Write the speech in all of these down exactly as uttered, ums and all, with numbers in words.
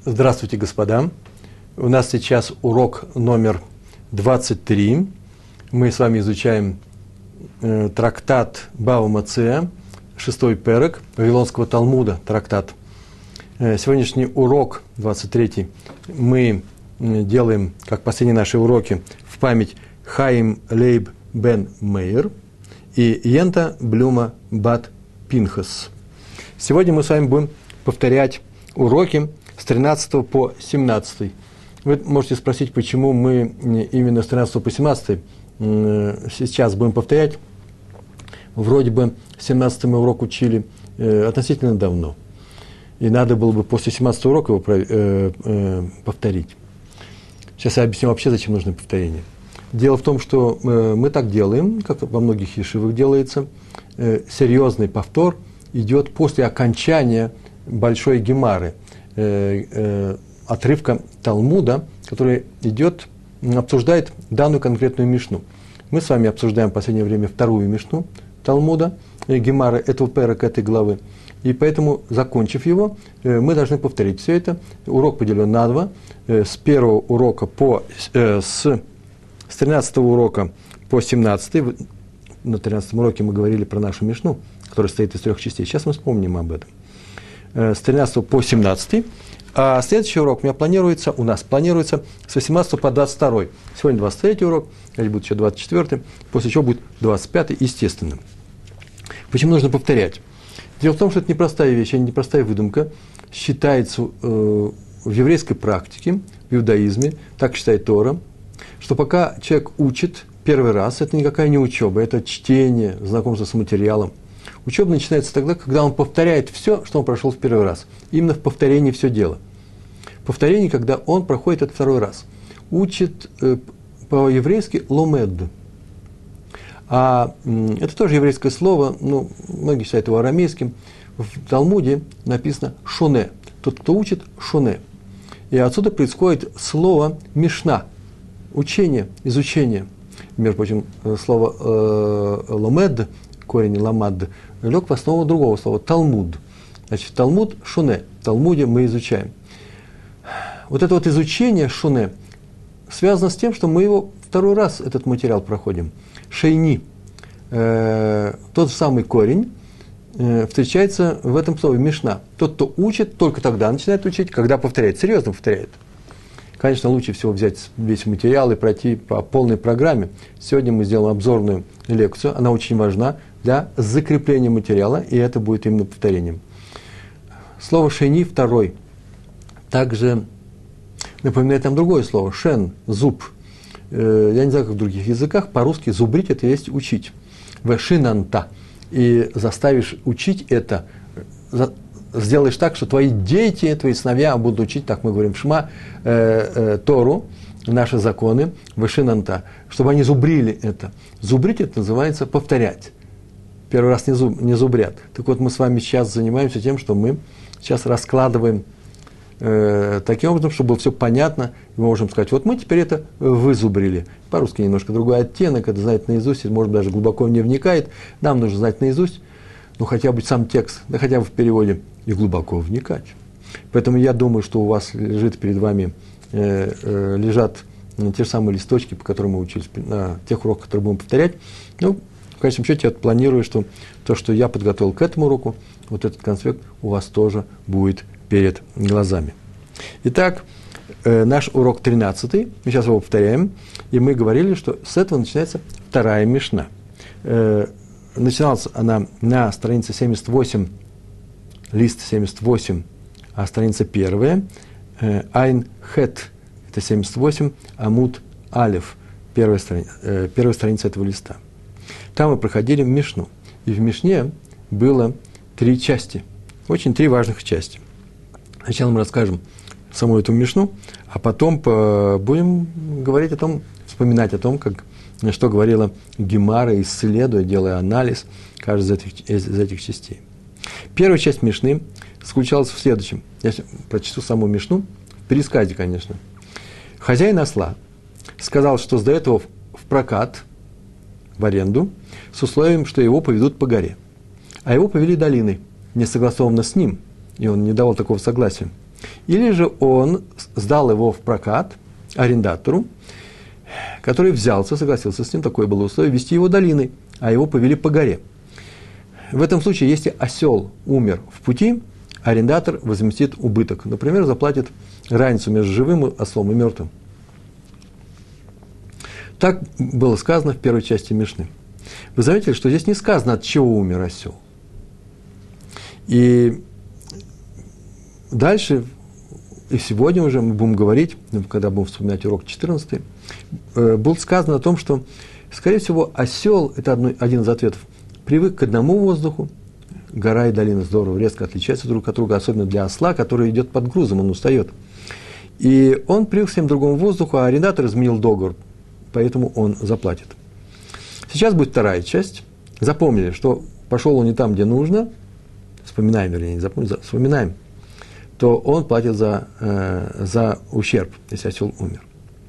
Здравствуйте, господа. У нас сейчас урок номер двадцать три. Мы с вами изучаем э, трактат Бава Меция, шестой перек Вавилонского Талмуда, трактат. Э, сегодняшний урок, двадцать третий, мы э, делаем, как последние наши уроки, в память Хаим Лейб бен Мейер и Йента Блюма бат Пинхас. Сегодня мы с вами будем повторять уроки с тринадцатого по семнадцатый. Вы можете спросить, почему мы именно с тринадцатого по семнадцатый сейчас будем повторять. Вроде бы семнадцатый мы урок учили относительно давно. И надо было бы после семнадцатого урока его повторить. Сейчас я объясню вообще, зачем нужно повторение. Дело в том, что мы так делаем, как во многих ешивах делается. Серьезный повтор идет после окончания большой гемары, э, э, отрывка Талмуда, который идет, обсуждает данную конкретную мишну. Мы с вами обсуждаем в последнее время вторую мишну Талмуда, э, гемары этого перека, этой главы. И поэтому, закончив его, э, мы должны повторить все это. Урок поделен на два. Э, с первого урока по, э, с, с тринадцатого урока по семнадцатый. На тринадцатом уроке мы говорили про нашу мишну, которая состоит из трех частей. Сейчас мы вспомним об этом. С тринадцатого по семнадцатый. А следующий урок у меня планируется, у нас планируется с восемнадцатого по двадцать второй. Сегодня двадцать третий урок, или будет еще двадцать четвёртый, после чего будет двадцать пятый, естественно. Почему нужно повторять? Дело в том, что это непростая вещь, а не непростая выдумка. Считается э, в еврейской практике, в иудаизме, так считает Тора, что пока человек учит первый раз, это никакая не учеба, это чтение, знакомство с материалом. Учеба начинается тогда, когда он повторяет все, что он прошел в первый раз. Именно в повторении все дело. Повторение, когда он проходит это второй раз. Учит э, по-еврейски ломед. А э, это тоже еврейское слово, ну, многие считают его арамейским. В Талмуде написано шоне. Тот, кто учит, шоне. И отсюда происходит слово мишна. Учение, изучение. Между прочим, слово э, ломед, корень ламад, лег в основу другого слова – талмуд. Значит, талмуд – шуне. В Талмуде мы изучаем. Вот это вот изучение шуне связано с тем, что мы его второй раз, этот материал, проходим. Шейни, э, тот же самый корень, э, встречается в этом слове мишна. Тот, кто учит, только тогда начинает учить, когда повторяет, серьезно повторяет. Конечно, лучше всего взять весь материал и пройти по полной программе. Сегодня мы сделаем обзорную лекцию, она очень важна для закрепления материала, и это будет именно повторением. Слово «шейни» второй. Также напоминает нам другое слово «шен», «зуб». Я не знаю, как в других языках, по-русски «зубрить» – это есть «учить». «Вешинанта». И заставишь учить это, сделаешь так, что твои дети, твои сыновья будут учить, так мы говорим в Шма, э, э, Тору, наши законы, «вешинанта», чтобы они зубрили это. Зубрить – это называется повторять. Первый раз не, зуб, не зубрят. Так вот, мы с вами сейчас занимаемся тем, что мы сейчас раскладываем э, таким образом, чтобы было все понятно, и мы можем сказать, вот мы теперь это вызубрили. По-русски немножко другой оттенок, это знать наизусть, может, даже глубоко не вникает. Нам нужно знать наизусть, ну, хотя бы сам текст, да хотя бы в переводе, и глубоко вникать. Поэтому я думаю, что у вас лежит перед вами, э, э, лежат те же самые листочки, по которым мы учились на тех уроках, которые будем повторять. Ну, в конечном счете, я планирую, что то, что я подготовил к этому уроку, вот этот конспект у вас тоже будет перед глазами. Итак, э, наш урок тринадцатый, мы сейчас его повторяем, и мы говорили, что с этого начинается вторая мишна. Э, начиналась она на странице семьдесят восемь, лист семьдесят восемь, а страница первая, э, Айн Хет, это семьдесят восемь, Амуд Алеф, первая страница, э, первая страница этого листа. Там мы проходили в Мишну. И в Мишне было три части. Очень три важных части. Сначала мы расскажем саму эту Мишну, а потом будем говорить о том, вспоминать о том, как, что говорила Гемара, исследуя, делая анализ каждой из этих, из этих частей. Первая часть Мишны заключалась в следующем. Я прочту саму Мишну, в пересказе, конечно. Хозяин осла сказал, что сдает его в прокат, в аренду, с условием, что его поведут по горе. А его повели долиной, не согласованно с ним, и он не давал такого согласия. или же он сдал его в прокат арендатору, который взялся, согласился с ним, такое было условие, вести его долиной, а его повели по горе. В этом случае, если осел умер в пути, арендатор возместит убыток. Например, заплатит разницу между живым ослом и мертвым. Так было сказано в первой части Мишны. Вы заметили, что здесь не сказано, от чего умер осел. И дальше, и сегодня уже мы будем говорить, когда будем вспоминать урок четырнадцатый, будет сказано о том, что, скорее всего, осел, это один из ответов, привык к одному воздуху, гора и долина здорово, резко отличаются друг от друга, особенно для осла, который идет под грузом, он устает. И он привык к всем другому воздуху, а арендатор изменил договор, поэтому он заплатит. Сейчас будет вторая часть. Запомнили, что пошел он не там, где нужно, вспоминаем, вернее, не запомнили, вспоминаем, то он платит за, э, за ущерб, если осел умер.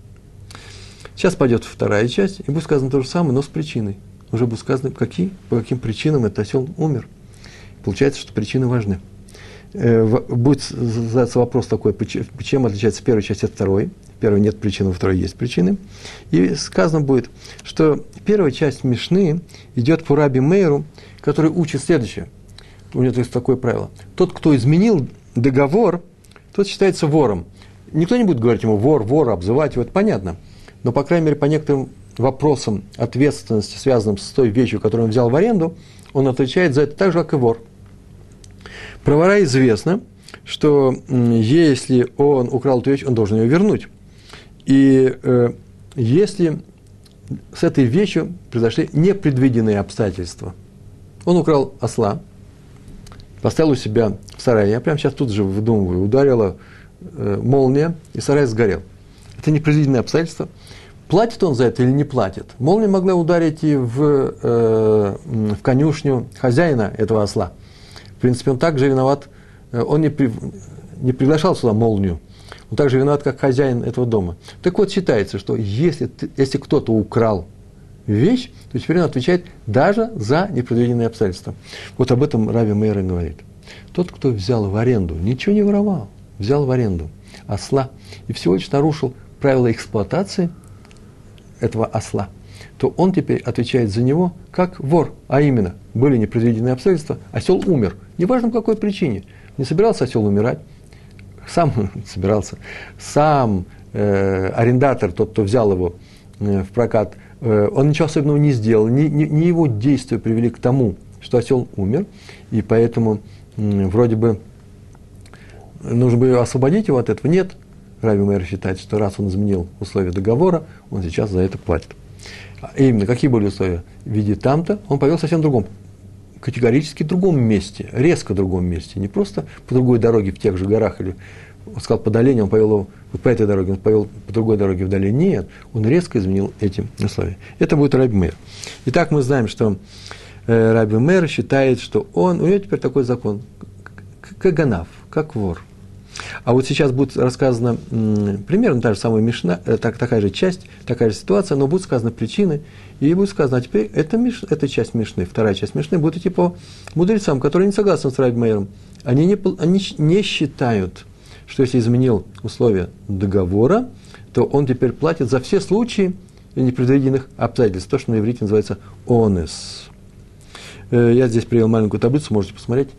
Сейчас пойдет вторая часть, и будет сказано то же самое, но с причиной. Уже будет сказано, какие, по каким причинам этот осел умер. Получается, что причины важны. Э, будет задаться вопрос такой, чем отличается первая часть от второй. В первой нет причин, во второй есть причины. И сказано будет, что первая часть Мишны идет по Раби Мейру, который учит следующее. У него есть такое правило. Тот, кто изменил договор, тот считается вором. Никто не будет говорить ему вор, вор, обзывать его, это понятно. Но, по крайней мере, по некоторым вопросам ответственности, связанным с той вещью, которую он взял в аренду, он отвечает за это так же, как и вор. Про вора известно, что если он украл эту вещь, он должен ее вернуть. И э, если с этой вещью произошли непредвиденные обстоятельства, он украл осла, поставил у себя в сарае, я прямо сейчас тут же выдумываю, ударила э, молния, и сарай сгорел. Это непредвиденные обстоятельства. Платит он за это или не платит? Молния могла ударить и в, э, в конюшню хозяина этого осла. В принципе, он также виноват, он не, при, не приглашал сюда молнию, он также виноват, как хозяин этого дома. Так вот, считается, что если, ты, если кто-то украл вещь, то теперь он отвечает даже за непредвиденные обстоятельства. Вот об этом Раби Мейр говорит. Тот, кто взял в аренду, ничего не воровал, взял в аренду осла и всего лишь нарушил правила эксплуатации этого осла, то он теперь отвечает за него как вор, а именно, были непредвиденные обстоятельства, осел умер, неважно по какой причине, не собирался осел умирать, сам собирался, сам э, арендатор, тот, кто взял его э, в прокат, э, он ничего особенного не сделал, не, не, не его действия привели к тому, что осел умер, и поэтому э, вроде бы нужно бы освободить его от этого, нет. Раби Мейр считает, что раз он изменил условия договора, он сейчас за это платит. А именно, какие были условия? В виде там-то он повел совсем другом, категорически другом месте, резко другом месте, не просто по другой дороге в тех же горах, или, он сказал, по долине, он повел его вот по этой дороге, он повел по другой дороге в долине. Нет, он резко изменил эти условия. Это будет Раби Мейр. Итак, мы знаем, что э, Раби Мейр считает, что он, у него теперь такой закон, как ганав, как вор. А вот сейчас будет рассказана м, примерно та же самая Мишна, э, так, такая же часть, такая же ситуация, но будут сказаны причины, и будет сказано, а теперь эта, миш, эта часть Мишны, вторая часть Мишны будет идти по мудрецам, которые не согласны с Раби Мейром. Они не, они не считают, что если изменил условия договора, то он теперь платит за все случаи непредвиденных обстоятельств, то, что на иврите называется онес. Э, я здесь привел маленькую таблицу, можете посмотреть.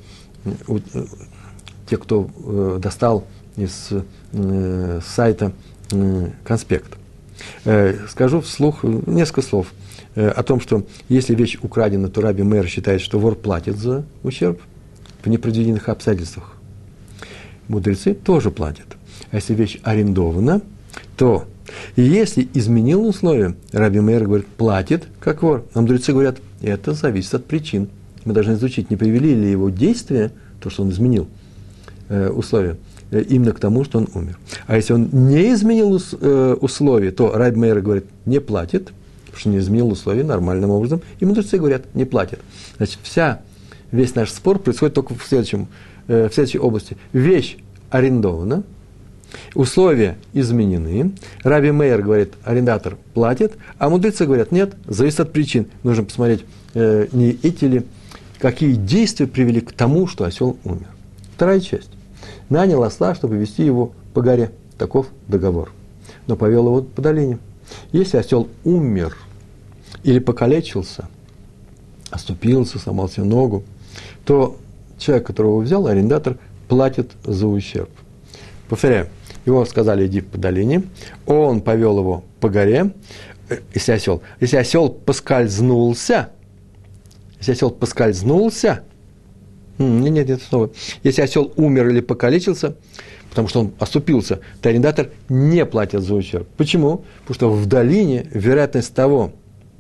Те, кто э, достал из э, сайта э, конспект. Э, скажу вслух несколько слов э, о том, что если вещь украдена, то Раби Мейр считает, что вор платит за ущерб в непредвиденных обстоятельствах. Мудрецы тоже платят. А если вещь арендована, то и если изменил условия, Раби Мейр говорит, платит как вор. А мудрецы говорят, это зависит от причин. Мы должны изучить, не привели ли его действия, то, что он изменил, условия, именно к тому, что он умер. А если он не изменил условия, то Раби Мейр говорит, не платит, потому что не изменил условия нормальным образом, и мудрецы говорят, не платит. Значит, вся, весь наш спор происходит только в, следующем, в следующей области. Вещь арендована, условия изменены, Раби Мейр говорит, арендатор платит, а мудрецы говорят, нет, зависит от причин. Нужно посмотреть, не эти ли, какие действия привели к тому, что осел умер. Вторая часть. нанял осла, чтобы вести его по горе. Таков договор. Но повел его по долине. Если осел умер или покалечился, оступился, сломал себе ногу, то человек, которого взял, арендатор, платит за ущерб. Повторяю, его сказали, иди по долине, он повел его по горе, если осел, если осел поскользнулся, если осел поскользнулся, нет, нет, нет, снова, если осел умер или покалечился, потому что он оступился, то арендатор не платит за ущерб. Почему? Потому что в долине вероятность того,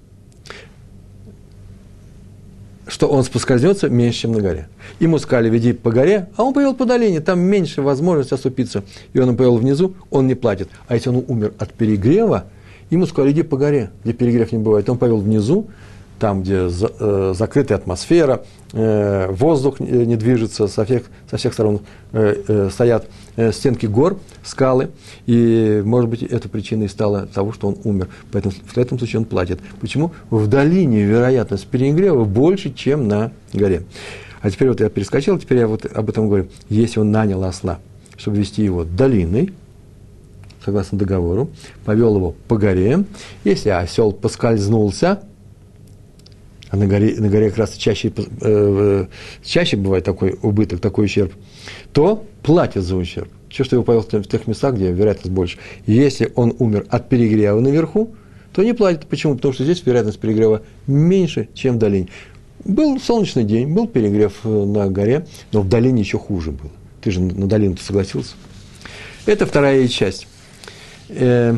что он поскользнется, меньше, чем на горе. Ему сказали, веди по горе, а он повел по долине, там меньше возможность оступиться. И он повел внизу, он не платит. А если он умер от перегрева, ему сказали, иди по горе, где перегрев не бывает. Он повел внизу, там, где за, э, закрытая атмосфера, э, воздух не, не движется, со всех, со всех сторон э, э, стоят э, стенки гор, скалы, и, может быть, эта причина и стала того, что он умер. Поэтому в этом случае он платит. Почему? В долине вероятность перегрева больше, чем на горе. А теперь вот я перескочил, теперь я вот об этом говорю. Если он нанял осла, чтобы вести его долиной, согласно договору, повел его по горе, если осел поскользнулся, а на горе, на горе как раз чаще, э, чаще бывает такой убыток, такой ущерб, то платят за ущерб. Что, что его повел в тех местах, где вероятность больше. Если он умер от перегрева наверху, то не платит. Почему? Потому что здесь вероятность перегрева меньше, чем в долине. Был солнечный день, был перегрев на горе, но в долине еще хуже было. Ты же на долину-то согласился. Это вторая часть. Э,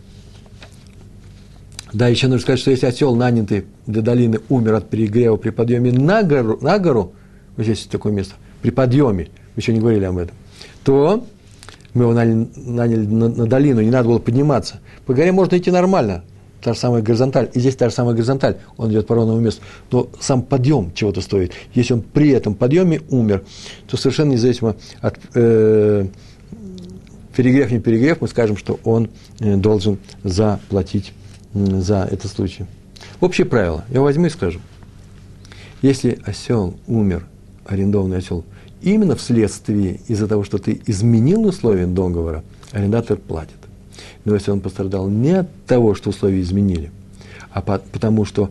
Да, еще нужно сказать, что если осел, нанятый для долины, умер от перегрева при подъеме на гору, на гору, вот здесь есть такое место, при подъеме, мы еще не говорили об этом, то мы его наняли, наняли на, на долину, не надо было подниматься. По горе можно идти нормально, та же самая горизонталь, и здесь та же самая горизонталь, он идет по ровному месту, но сам подъем чего-то стоит. Если он при этом подъеме умер, то совершенно независимо от э, перегрев, не перегрев, мы скажем, что он э, должен заплатить за этот случай. Общее правило, я возьму и скажу. Если осел умер, арендованный осел, именно вследствие из-за того, что ты изменил условия договора, арендатор платит. Но если он пострадал не от того, что условия изменили, а по, потому что,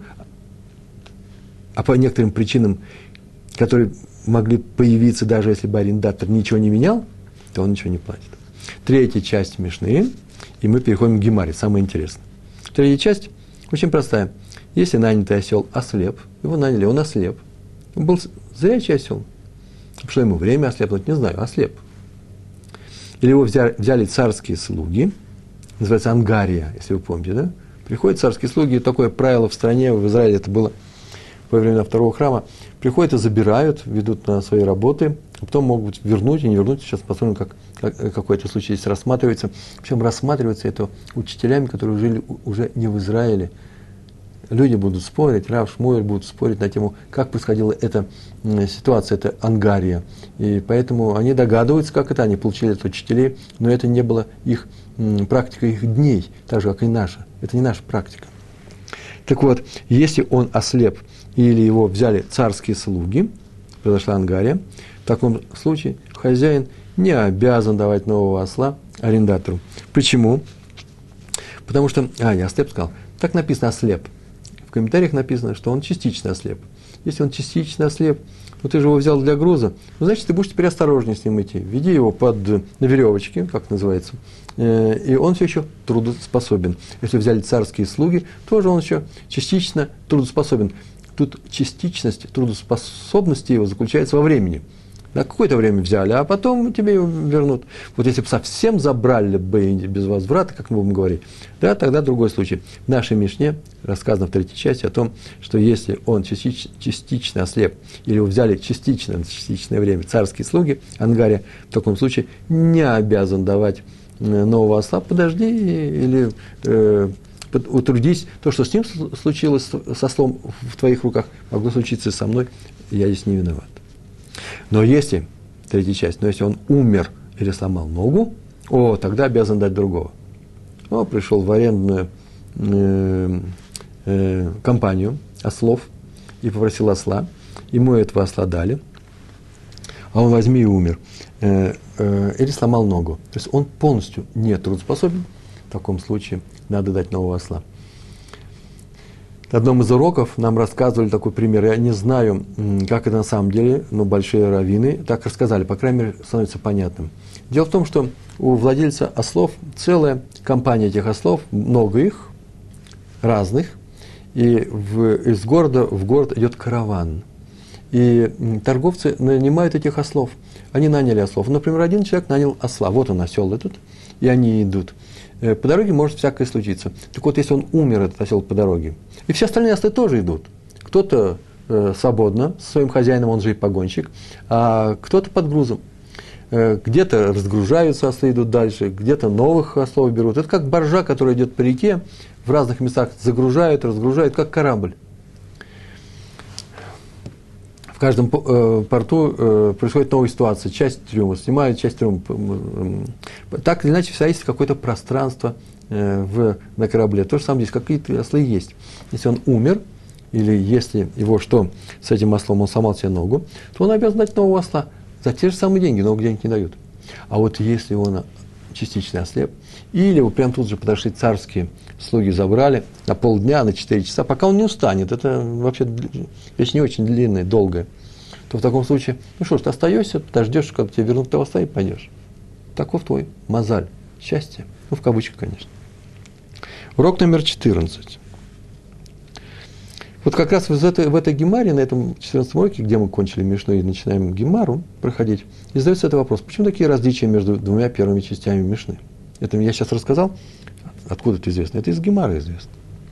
а по некоторым причинам, которые могли появиться, даже если бы арендатор ничего не менял, то он ничего не платит. Третья часть Мишны, и мы переходим к Гемаре, самое интересное. Третья часть очень простая. Если нанятый осел ослеп, его наняли, он ослеп. Он был зрячий осел. Что ему время ослепнуть, не знаю, ослеп. Или его взяли, взяли царские слуги, называется ангария, если вы помните, да? Приходят царские слуги, такое правило в стране, в Израиле это было во времена второго храма, приходят и забирают, ведут на свои работы, а потом могут вернуть и не вернуть. Сейчас посмотрим, как, как какой-то случай здесь рассматривается. Причем рассматривается это учителями, которые жили уже не в Израиле. Люди будут спорить, Рав Шмуэль будут спорить на тему, как происходила эта ситуация, эта ангария. И поэтому они догадываются, как это, они получили от учителей, но это не было их практикой их дней, так же, как и наша. Это не наша практика. Так вот, если он ослеп, или его взяли царские слуги, произошла ангария, в таком случае хозяин не обязан давать нового осла арендатору. Почему? Потому что, а, я ослеп сказал, так написано ослеп. В комментариях написано, что он частично ослеп. Если он частично ослеп, то ты же его взял для груза, ну, значит, ты будешь теперь осторожнее с ним идти. Веди его под, на веревочке, как называется, и он все еще трудоспособен. Если взяли царские слуги, тоже он еще частично трудоспособен. Тут частичность трудоспособности его заключается во времени. На какое-то время взяли, а потом тебе его вернут. Вот если бы совсем забрали бы без возврата, как мы будем говорить, да, тогда другой случай. В нашей Мишне рассказано в третьей части о том, что если он частично, частично ослеп, или его взяли частично, на частичное время, царские слуги, ангария, в таком случае не обязан давать нового осла, подожди, или э, утрудись. То, что с ним случилось, со ослом в твоих руках, могло случиться и со мной, я здесь не виноват. Но если, третья часть, но если он умер или сломал ногу, о, тогда обязан дать другого. О, пришел в арендную э, э, компанию ослов и попросил осла, ему этого осла дали, а он возьми и умер. э, э, или сломал ногу. То есть он полностью не трудоспособен. В таком случае надо дать нового осла. На одном из уроков нам рассказывали такой пример. Я не знаю, как это на самом деле, но большие раввины так рассказали, по крайней мере, становится понятным. Дело в том, что у владельца ослов целая компания этих ослов, много их, разных, и в, из города в город идет караван. И торговцы нанимают этих ослов. Они наняли ослов. Например, один человек нанял осла. Вот он, осел этот, и они идут. По дороге может всякое случиться. Так вот, если он умер, этот осел, по дороге, и все остальные ослы тоже идут. Кто-то э, свободно, со своим хозяином, он же и погонщик, а кто-то под грузом. Э, где-то разгружаются ослы, идут дальше, где-то новых ослов берут. Это как баржа, которая идет по реке, в разных местах загружают, разгружают, как корабль. В каждом э, порту э, происходит новая ситуация. Часть трюма снимают, часть трюма. Э, э, так или иначе, всегда есть какое-то пространство э, в, на корабле. То же самое здесь, какие-то ослы есть. Если он умер, или если его что, с этим ослом он сломал себе ногу, то он обязан дать нового осла за те же самые деньги, новых денег не дают. А вот если он частично ослеп, или его прям тут же подошли царские слуги, забрали на полдня, на четыре часа, пока он не устанет, это вообще вещь не очень длинная, долгая, то в таком случае, ну что ж, ты остаешься, подождешь, когда тебе вернут того осла и пойдешь. Таков твой мазаль, счастье, ну в кавычках, конечно. Урок номер четырнадцать. Вот как раз в этой, в этой гемаре, на этом четырнадцатом уроке, где мы кончили Мишну и начинаем гемару проходить, и задается этот вопрос, почему такие различия между двумя первыми частями Мишны? Это я сейчас рассказал, откуда это известно? Это из гемары известно.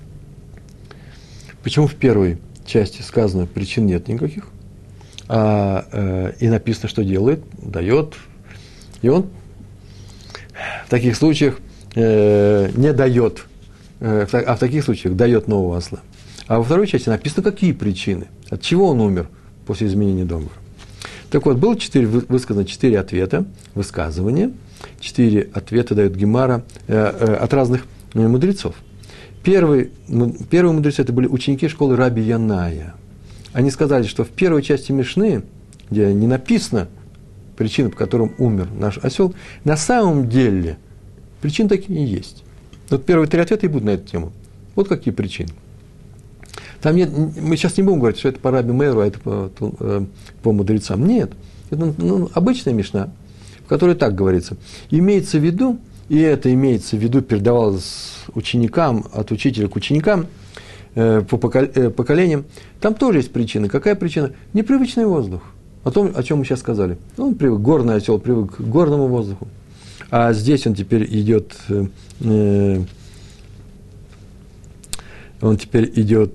Почему в первой части сказано, причин нет никаких, а, э, и написано, что делает, дает, и он в таких случаях э, не дает, э, а в таких случаях дает нового осла. А во второй части написано, какие причины, от чего он умер после изменения договора. Так вот, было четыре, высказано четыре ответа, высказывания. Четыре ответа дает Гемара э, э, от разных э, мудрецов. Первый, ну, первые мудрецы – это были ученики школы Раби Яная. Они сказали, что в первой части Мишны, где не написано причины, по которым умер наш осел, на самом деле причины такие и есть. Вот первые три ответа и будут на эту тему. Вот какие причины. Там нет, мы сейчас не будем говорить, что это по Раби Мейру, а это по, по, по мудрецам. Нет, это ну, обычная Мишна, в которой так говорится. Имеется в виду, и это имеется в виду, передавалось ученикам, от учителя к ученикам, э, по поколениям, там тоже есть причина. Какая причина? Непривычный воздух. О том, о чем мы сейчас сказали. Он привык, горный осел привык к горному воздуху. А здесь он теперь идет, э, он теперь идет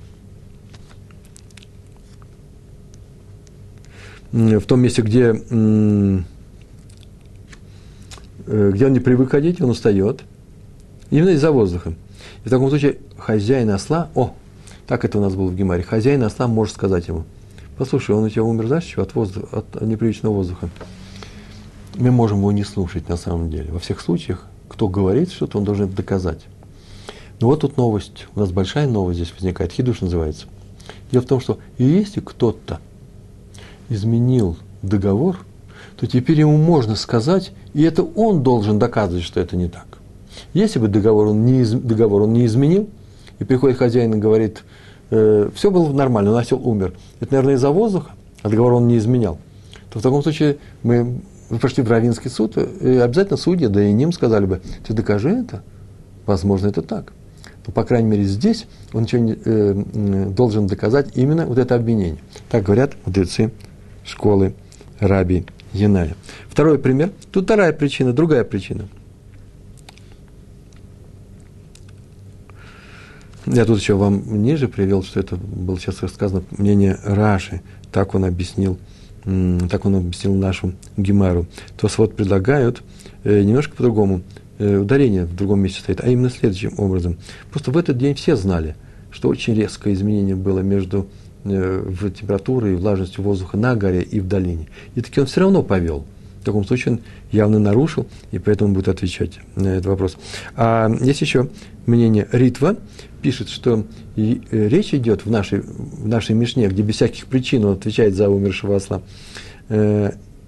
в том месте, где, где он не привык ходить, он устает. Именно из-за воздуха. И в таком случае хозяин осла, о, так это у нас было в Гемаре, хозяин осла может сказать ему, послушай, он у тебя умер, знаешь, чего, от, воздуха, от непривычного воздуха. Мы можем его не слушать на самом деле. Во всех случаях, кто говорит что-то, он должен это доказать. Но вот тут новость, у нас большая новость здесь возникает, хидуш называется. Дело в том, что если кто-то изменил договор, то теперь ему можно сказать, и это он должен доказывать, что это не так. Если бы договор он не, из, договор он не изменил, и приходит хозяин и говорит, э, все было нормально, осел умер, это, наверное, из-за воздуха, а договор он не изменял, то в таком случае мы пошли в раввинский суд, и обязательно судьи, да и ним сказали бы, ты докажи это, возможно, это так. Но, по крайней мере, здесь он ничего не, э, должен доказать именно вот это обвинение. Так говорят мудрецы школы Раби Яная. Второй пример. Тут вторая причина, другая причина. Я тут еще вам ниже привел, что это было сейчас сказано мнение Раши. Так он объяснил, так он объяснил нашу Гемару. То есть вот предлагают немножко по-другому. Ударение в другом месте стоит, а именно следующим образом. Просто в этот день все знали, что очень резкое изменение было между в температуре и влажностью воздуха на горе и в долине. И таки он все равно повел. В таком случае он явно нарушил, и поэтому будет отвечать на этот вопрос. А есть еще мнение Ритва, пишет, что и речь идет в нашей, в нашей Мишне, где без всяких причин он отвечает за умершего осла.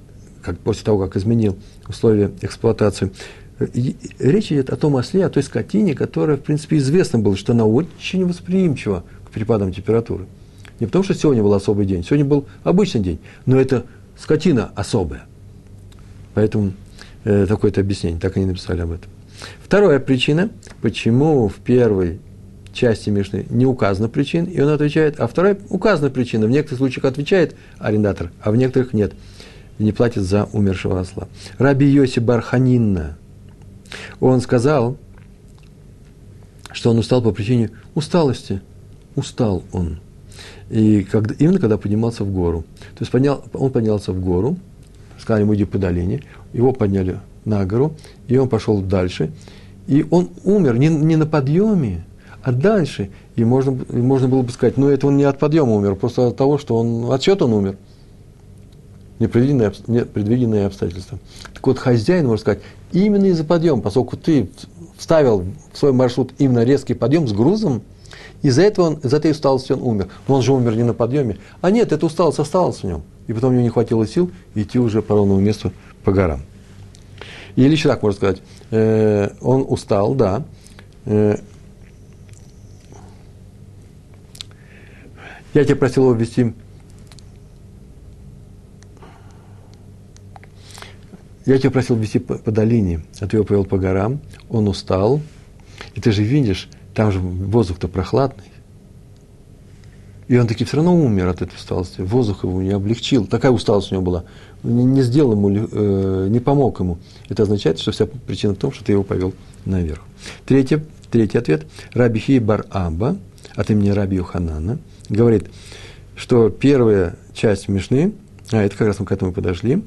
как, после того, как изменил условия эксплуатации. И речь идет о том осле, о той скотине, которая, в принципе, известно было, что она очень восприимчива к перепадам температуры. Не потому, что сегодня был особый день, сегодня был обычный день, но это скотина особая. Поэтому э, такое-то объяснение, так они написали об этом. Вторая причина, почему в первой части Мишны не указана причина, и он отвечает, а вторая указана причина. В некоторых случаях отвечает арендатор, а в некоторых нет. И не платит за умершего осла. Раби Йоси бар Ханинна, он сказал, что он устал по причине усталости. Устал он. И когда, именно когда поднимался в гору. То есть поднял, он поднялся в гору, сказали ему, иди по долине, его подняли на гору, и он пошел дальше. И он умер не, не на подъеме, а дальше. И можно, можно было бы сказать, ну, это он не от подъема умер, просто от того, что он, от чего-то он умер. Непредвиденные, непредвиденные обстоятельства. Так вот, хозяин, можно сказать, именно из-за подъема, поскольку ты вставил в свой маршрут именно резкий подъем с грузом, из-за этого он, из-за этой усталости он умер. Но он же умер не на подъеме. А нет, эта усталость осталась в нем. И потом у него не хватило сил идти уже по ровному месту по горам. Или еще так можно сказать, э, он устал, да. Э, я тебя просил его ввести. Я тебя просил ввести по, по долине, а ты его повел по горам. Он устал. И ты же видишь, там же воздух-то прохладный. И он таки все равно умер от этой усталости. Воздух его не облегчил. Такая усталость у него была. Не, не сделал ему, э, не помог ему. Это означает, что вся причина в том, что ты его повел наверх. Третий, третий ответ. Раби Хия бар Аба, от имени Раби Йоханана, говорит, что первая часть Мишны, а это как раз мы к этому подошли.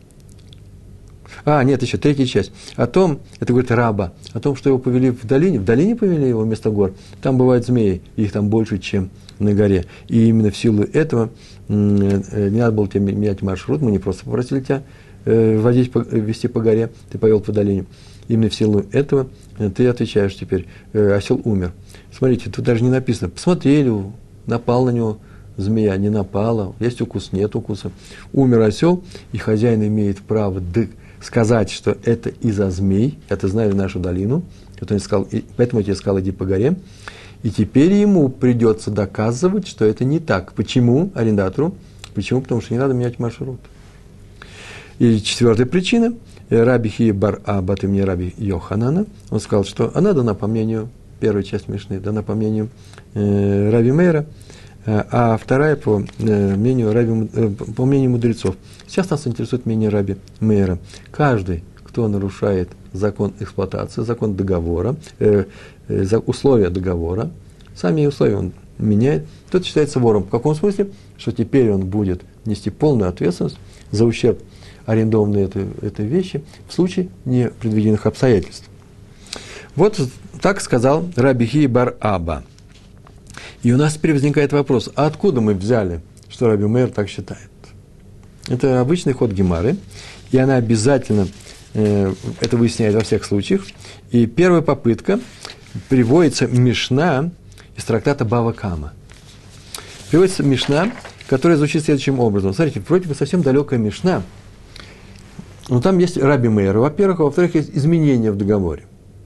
А, нет, еще третья часть. О том, это говорит Раба, о том, что его повели в долине. В долине повели его вместо гор. Там бывают змеи, их там больше, чем на горе. И именно в силу этого не надо было тебе менять маршрут. Мы не просто попросили тебя водить, вести по горе, ты повел по долине. Именно в силу этого ты отвечаешь теперь, осел умер. Смотрите, тут даже не написано. Посмотрели, напал на него змея, не напала, есть укус, нет укуса. Умер осел, и хозяин имеет право сказать, что это из-за змей, это знали нашу долину, вот он сказал, и, поэтому я тебе сказал, иди по горе, и теперь ему придется доказывать, что это не так. Почему арендатору? Почему? Потому что не надо менять маршрут. И четвертая причина, Раби Хия бар Аба, от имени Раби Йоханана, он сказал, что она дана по мнению, первая часть Мишны, дана по мнению э, Раби Мейра, а вторая по мнению, раби, по мнению мудрецов. Сейчас нас интересует мнение Раби Мейра. Каждый, кто нарушает закон эксплуатации, закон договора, э, э, условия договора, сами условия он меняет, тот считается вором. В каком смысле? Что теперь он будет нести полную ответственность за ущерб арендованной этой, этой вещи в случае непредвиденных обстоятельств. Вот так сказал Раби Хия бар Аба. И у нас теперь возникает вопрос, а откуда мы взяли, что Раби Мейр так считает? Это обычный ход Гемары, и она обязательно э, это выясняет во всех случаях. И первая попытка приводится Мишна из трактата Бава Кама. Приводится Мишна, которая звучит следующим образом. Смотрите, вроде бы совсем далекая Мишна, но там есть Раби Мейр, во-первых, а во-вторых, есть изменения в договоре.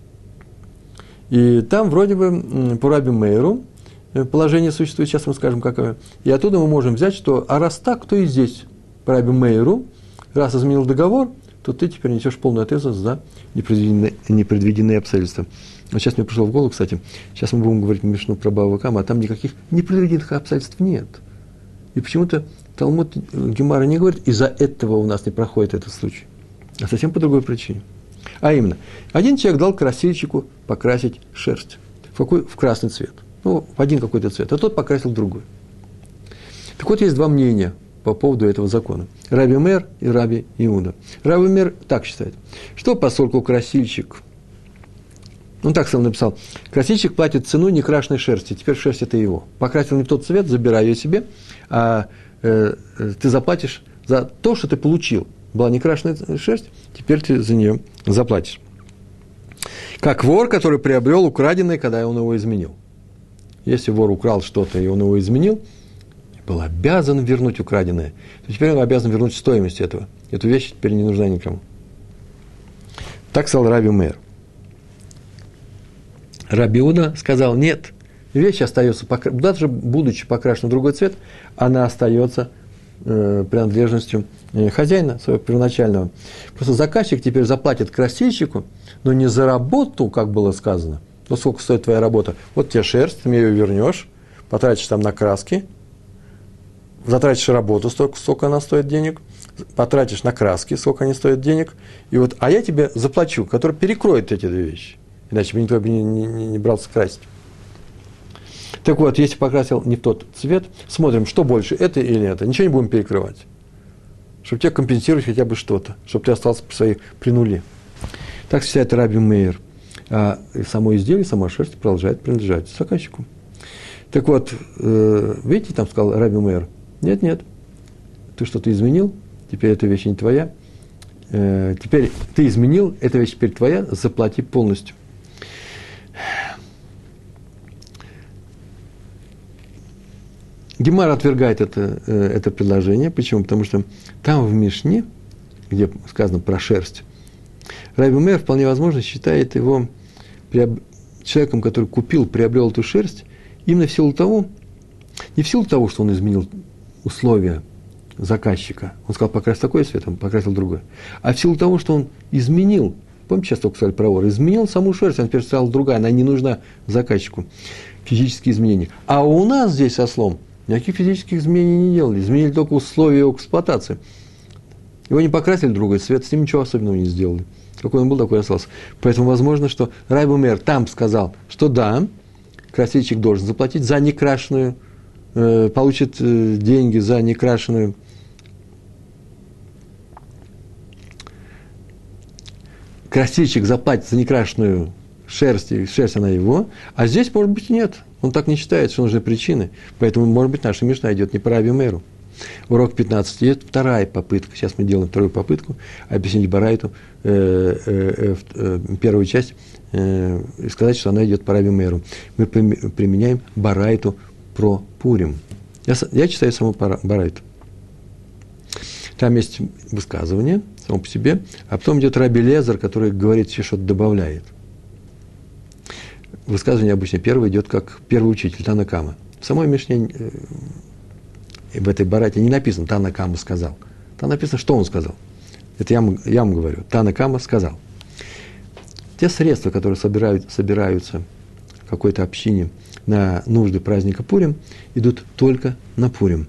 И там вроде бы по Раби Мейру положение существует, сейчас мы скажем, какое. И оттуда мы можем взять, что, а раз так, то и здесь, по Раби Мейру, раз изменил договор, то ты теперь несешь полную ответственность за непредвиденные, непредвиденные обстоятельства. Вот сейчас мне пришло в голову, кстати, сейчас мы будем говорить Мишну про Бава Кама, а там никаких непредвиденных обстоятельств нет. И почему-то Талмуд Гемара не говорит, из-за этого у нас не проходит этот случай, а совсем по другой причине. А именно, один человек дал красильщику покрасить шерсть. В какой? В красный цвет. Ну, в один какой-то цвет, а тот покрасил другой. Так вот, есть два мнения по поводу этого закона. Раби Мейр и Раби Иуда. Раби Мейр так считает, что поскольку красильщик, он так сам написал, красильщик платит цену некрашенной шерсти, теперь шерсть это его. Покрасил не тот цвет, забирай ее себе, а э, ты заплатишь за то, что ты получил. Была некрашенная шерсть, теперь ты за нее заплатишь. Как вор, который приобрел украденное, когда он его изменил. Если вор украл что-то, и он его изменил, был обязан вернуть украденное, то теперь он обязан вернуть стоимость этого. Эту вещь теперь не нужна никому. Так сказал Раби Меир. Раби Иуда сказал, нет, вещь остается, даже будучи покрашена в другой цвет, она остается э, принадлежностью э, хозяина своего первоначального. Просто заказчик теперь заплатит красильщику, но не за работу, как было сказано. Ну, сколько стоит твоя работа? Вот тебе шерсть, ты мне ее вернешь, потратишь там на краски, затратишь работу, столько, сколько она стоит денег, потратишь на краски, сколько они стоят денег, и вот, а я тебе заплачу, который перекроет эти две вещи. Иначе бы никто бы не, не, не брался красить. Так вот, если покрасил не в тот цвет, смотрим, что больше, это или это. Ничего не будем перекрывать. Чтобы тебе компенсировать хотя бы что-то, чтобы ты остался при своей при нуле. Так считает Раби Меир. А само изделие, сама шерсть продолжает принадлежать заказчику. Так вот, э, видите, там сказал Раби Меир, нет, нет, ты что-то изменил, теперь эта вещь не твоя. Э, теперь ты изменил, эта вещь теперь твоя, заплати полностью. Гемара отвергает это, это предложение. Почему? Потому что там в Мишне, где сказано про шерсть, Раби Меир вполне возможно считает его человеком, который купил, приобрел эту шерсть, именно в силу того, не в силу того, что он изменил условия заказчика. Он сказал, покрась такой цвет, он покрасил другой. А в силу того, что он изменил, помните, сейчас только сказали про вор, изменил саму шерсть, она теперь стала другая, она не нужна заказчику. Физические изменения. А у нас здесь со слом никаких физических изменений не делали. Изменили только условия его эксплуатации. Его не покрасили в другой цвет, с ним ничего особенного не сделали. Какой он был, такой и остался. Поэтому возможно, что Раби Меир там сказал, что да, красильщик должен заплатить за некрашенную, э, получит э, деньги за некрашенную красильщик заплатит за некрашенную шерсть, и шерсть она его, а здесь, может быть, нет. Он так не считает, что нужны причины. Поэтому, может быть, наша Мишна идет не по Раби Меиру. Урок пятнадцать. Есть вторая попытка. Сейчас мы делаем вторую попытку объяснить Барайту, э, э, э, первую часть, э, и сказать, что она идет по Раби Меиру. Мы применяем Барайту про Пурим. Я, я читаю саму Барайту. Там есть высказывание само по себе, а потом идет Раби Лезер, который говорит, еще что-то добавляет. Высказывание обычно первое идет как первый учитель, Тана Кама. В самой Мишне, э, в этой Барайте не написано «Тана Кама сказал». Там написано, что он сказал. Это я вам, я вам говорю. Тана Кама сказал. Те средства, которые собирают, собираются в какой-то общине на нужды праздника Пурим, идут только на Пурим.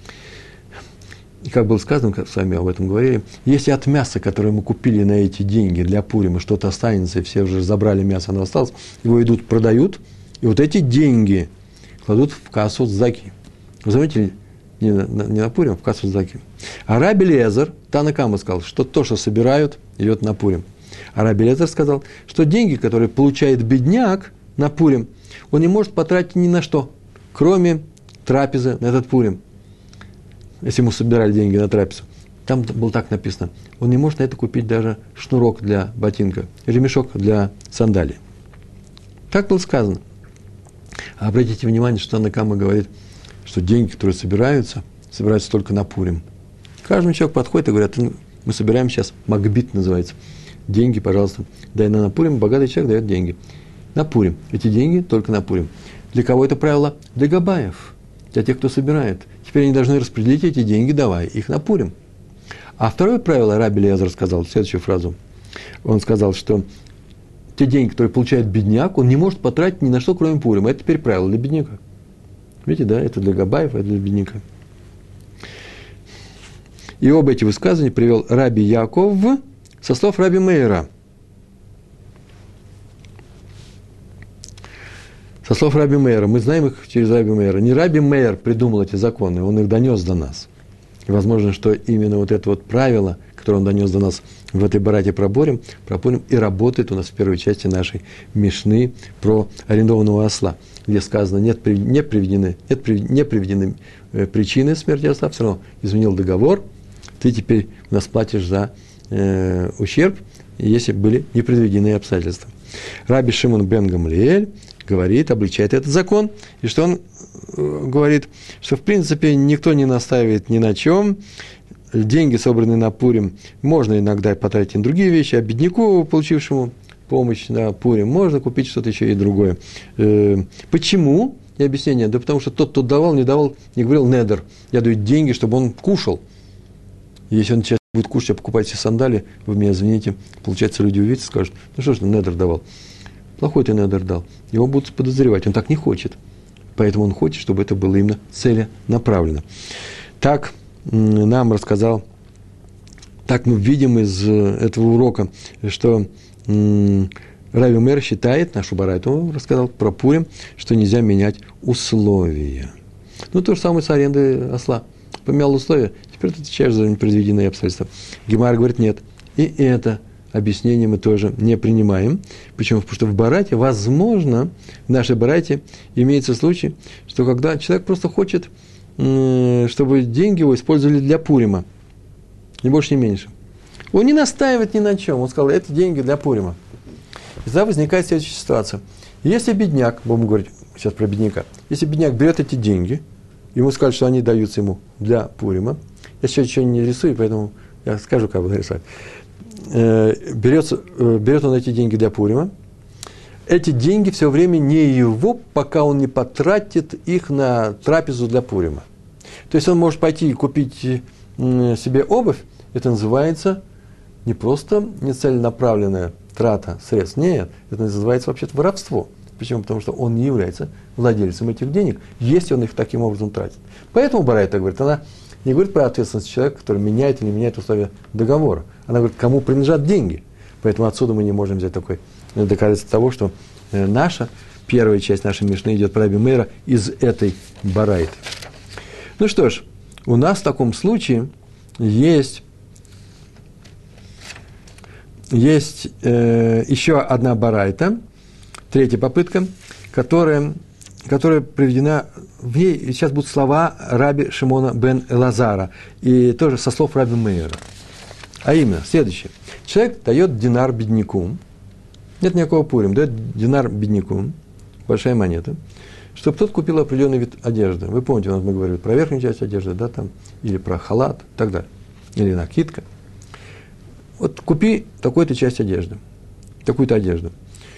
И как было сказано, как с вами об этом говорили, если от мяса, которое мы купили на эти деньги для Пурима, что-то останется, и все уже забрали мясо, оно осталось, его идут, продают, и вот эти деньги кладут в кассу Цдаки. Вы заметили, не на, не на Пурим, а в кассу Цдаки. А Раби Лезер, Тана Кама сказал, что то, что собирают, идет на Пурим. А Раби Лезер сказал, что деньги, которые получает бедняк на Пурим, он не может потратить ни на что, кроме трапезы на этот Пурим. Если ему собирали деньги на трапезу, там было так написано, он не может на это купить даже шнурок для ботинка, ремешок для сандалии. Так было сказано. А обратите внимание, что Тана Кама говорит, что деньги, которые собираются, собираются только на Пурим. Каждый человек подходит и говорит, мы собираем сейчас, Макбит называется, деньги, пожалуйста, дай на Пурим, богатый человек дает деньги. На Пурим. Эти деньги только на Пурим. Для кого это правило? Для габаев, для тех, кто собирает. Теперь они должны распределить эти деньги, давая их на Пурим. А второе правило Раби Лезер сказал, следующую фразу. Он сказал, что те деньги, которые получает бедняк, он не может потратить ни на что, кроме Пурима. Это теперь правило для бедняка. Видите, да, это для габаев, это для бедняка. И оба эти высказывания привел Раби Яков со слов Раби Меира. Со слов Раби Меира, мы знаем их через Раби Меира. Не Раби Меир придумал эти законы, он их донес до нас. И возможно, что именно вот это вот правило, которое он донес до нас в этой барате про Пурим, про Пурим и работает у нас в первой части нашей Мишны про арендованного осла, где сказано, нет, не приведены, нет, не приведены причины смерти осла, все равно изменил договор, ты теперь у нас платишь за э, ущерб, если были непредвиденные обстоятельства. Раби Шимон бен Гамлиэль говорит, обличает этот закон, и что он э, говорит, что, в принципе, никто не настаивает ни на чем, деньги, собранные на Пурим, можно иногда потратить на другие вещи, а бедняку, получившему помощь на Пурим, можно купить что-то еще и другое. Э, почему? И объяснение, да потому что тот, кто давал, не давал, не говорил недер, я даю деньги, чтобы он кушал. Если он сейчас будет кушать, а покупайте сандали, вы меня извините, получается, люди увидят и скажут, ну что ж, недер давал. Плохой ты недер дал. Его будут подозревать, он так не хочет. Поэтому он хочет, чтобы это было именно целенаправленно. Так нам рассказал, так мы видим из этого урока, что Раби Мейр считает, нашу барайту он рассказал про Пурим, что нельзя менять условия. Ну, то же самое с арендой осла. Поменял условия, теперь ты отвечаешь за непредвиденные обстоятельства. Гемара говорит, нет. И это объяснение мы тоже не принимаем. Почему? Потому что в барайте, возможно, в нашей барайте имеется случай, что когда человек просто хочет, чтобы деньги его использовали для Пурима. Ни больше, ни меньше. Он не настаивает ни на чем. Он сказал, это деньги для Пурима. И тогда возникает следующая ситуация. Если бедняк, будем говорить сейчас про бедняка, если бедняк берет эти деньги, ему скажут, что они даются ему для Пурима, я сейчас еще не рисую, поэтому я скажу, как буду рисовать. Берется, берет он эти деньги для Пурима, эти деньги все время не его, пока он не потратит их на трапезу для Пурима. То есть он может пойти и купить себе обувь, это называется не просто нецеленаправленная трата средств, нет, это называется вообще-то воровство. Почему? Потому что он не является владельцем этих денег, если он их таким образом тратит. Поэтому барайта говорит, она не говорит про ответственность человека, который меняет или не меняет условия договора. Она говорит, кому принадлежат деньги. Поэтому отсюда мы не можем взять такое доказательство того, что наша, первая часть нашей Мишны идет про Раби Мейра из этой барайты. Ну что ж, у нас в таком случае есть, есть э, еще одна барайта, третья попытка, которая, которая приведена, в ней сейчас будут слова Раби Шимона бен Элазара, и тоже со слов Раби Мейра. А именно, следующее. Человек дает динар бедняку, нет никакого Пурим, дает динар бедняку, большая монета, чтобы тот купил определенный вид одежды. Вы помните, у нас мы говорили про верхнюю часть одежды, да, там, или про халат, и так далее, или накидка. Вот купи такую-то часть одежды, такую-то одежду.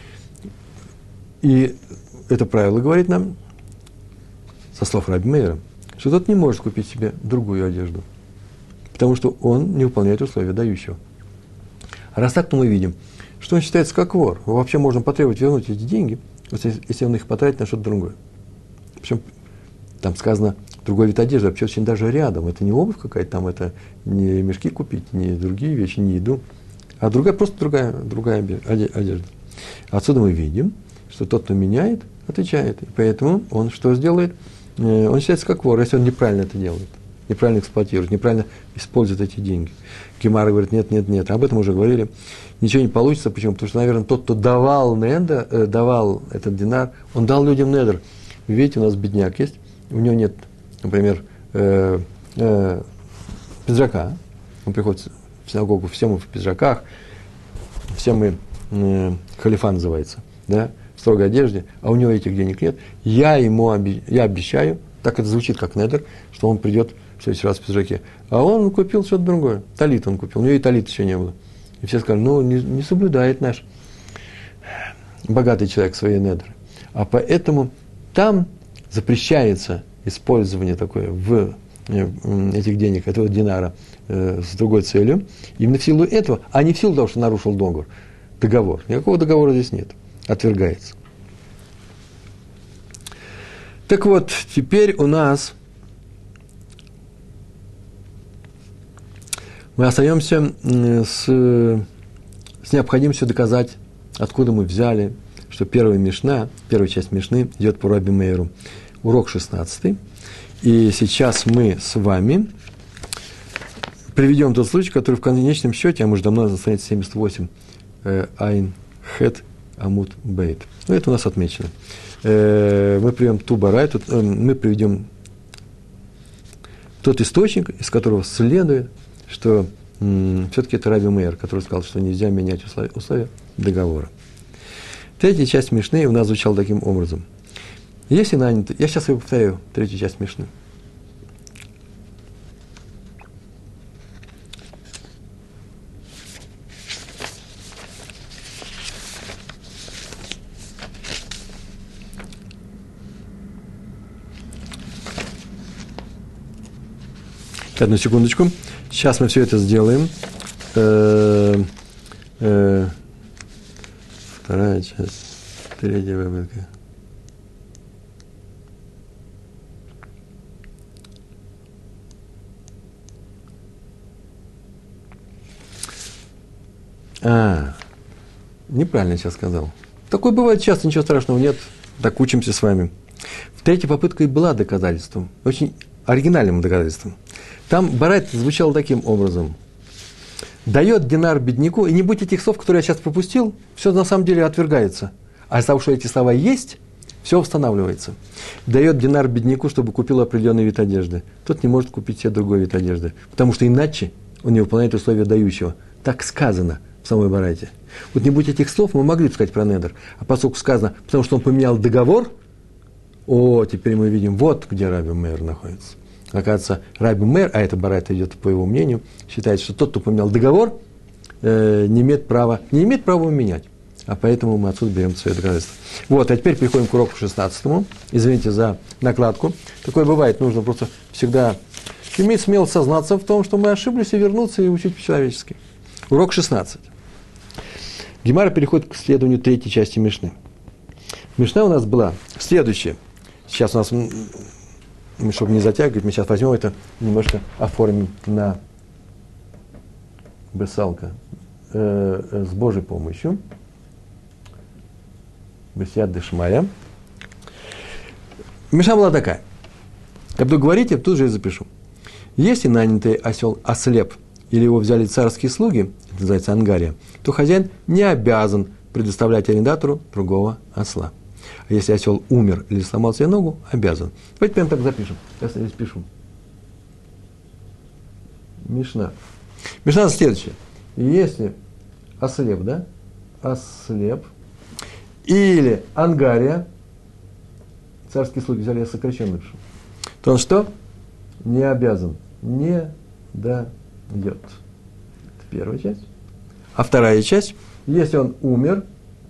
И это правило говорит нам, со слов Раби Мейра, что тот не может купить себе другую одежду, потому что он не выполняет условия дающего. А раз так, то мы видим, что он считается как вор. Вообще можно потребовать вернуть эти деньги, если он их потратит на что-то другое. Причем там сказано другой вид одежды, вообще очень даже рядом. Это не обувь какая-то, там это не мешки купить, не другие вещи, не еду, а другая, просто другая, другая одежда. Отсюда мы видим, что тот, кто меняет, отвечает. И поэтому он что сделает? Он считается как вор, если он неправильно это делает, неправильно эксплуатирует, неправильно использует эти деньги. Гемара говорит, нет, нет, нет, об этом уже говорили, ничего не получится. Почему? Потому что, наверное, тот, кто давал недер, э, давал этот динар, он дал людям недер. Видите, у нас бедняк есть, у него нет, например, э, э, пиджака, он приходит в синагогу, все мы в пиджаках, все мы, э, халифа называется, да, в строгой одежде, а у него этих денег нет, я ему оби- я обещаю, так это звучит как недер, что он придет в следующий раз в пиджаке. А он купил что-то другое. Талит он купил. У него и талит еще не было. И все сказали, ну, не, не соблюдает наш богатый человек свои недеры. А поэтому там запрещается использование такое в этих денег, этого динара э, с другой целью. Именно в силу этого, а не в силу того, что нарушил договор. Договор. Никакого договора здесь нет. Отвергается. Так вот, теперь у нас мы остаемся с, с необходимостью доказать, откуда мы взяли, что первая Мишна, первая часть Мишны идет по Раби Мейру. Урок шестнадцатый. И сейчас мы с вами приведем тот случай, который в конечном счете, а мы же давно на странице семьдесят восемь, Айн Хет Амут Бейт. Ну, это у нас отмечено. Мы приведем ту барайту, мы приведем тот источник, из которого следует, что м, все-таки это Раби Мейр, который сказал, что нельзя менять условия, условия договора. Третья часть Мишны у нас звучала таким образом. Если нанятый, я сейчас его повторяю, третью часть Мишны. Одну секундочку. Сейчас мы все это сделаем. Э-э- э- вторая часть. Третья попытка. А, неправильно сейчас сказал. Такое бывает часто, ничего страшного нет. Так учимся с вами. Третья попытка и была доказательством. Очень оригинальным доказательством. Там барайт звучал таким образом. Дает динар бедняку, и не будь этих слов, которые я сейчас пропустил, все на самом деле отвергается. А из-за того, что эти слова есть, все устанавливается. Дает динар бедняку, чтобы купил определенный вид одежды. Тот не может купить себе другой вид одежды, потому что иначе он не выполняет условия дающего. Так сказано в самой барайте. Вот не будь этих слов, мы могли бы сказать про недер. А поскольку сказано, потому что он поменял договор, о, теперь мы видим, вот где Раби Меир находится. Оказывается, Раби Меир, а это барайта идет по его мнению, считает, что тот, кто поменял договор, э, не имеет права, не имеет права его менять. А поэтому мы отсюда берем свое доказательство. Вот, а теперь переходим к уроку шестнадцатому. Извините за накладку. Такое бывает, нужно просто всегда иметь смелость сознаться в том, что мы ошиблись, и вернуться и учить по-человечески. Урок шестнадцать. Гемара переходит к исследованию третьей части Мишны. Мишна у нас была следующая. Сейчас у нас, чтобы не затягивать, мы сейчас возьмем это, немножко оформим на бесалка э, э, с Божьей помощью. Бесяд дешмая. Мишна была такая. Я буду говорить, я тут же и запишу. Если нанятый осел ослеп, или его взяли царские слуги, это называется ангария, то хозяин не обязан предоставлять арендатору другого осла. А если осел умер или сломал себе ногу, обязан. Давайте прямо так запишем. Сейчас я здесь пишу. Мишна. Мишна следующая. Если ослеп, да? Ослеп. Или ангария, царские слуги взяли, я сокращенно пишу, то он что? Не обязан. Не дает. Это первая часть. А вторая часть, если он умер,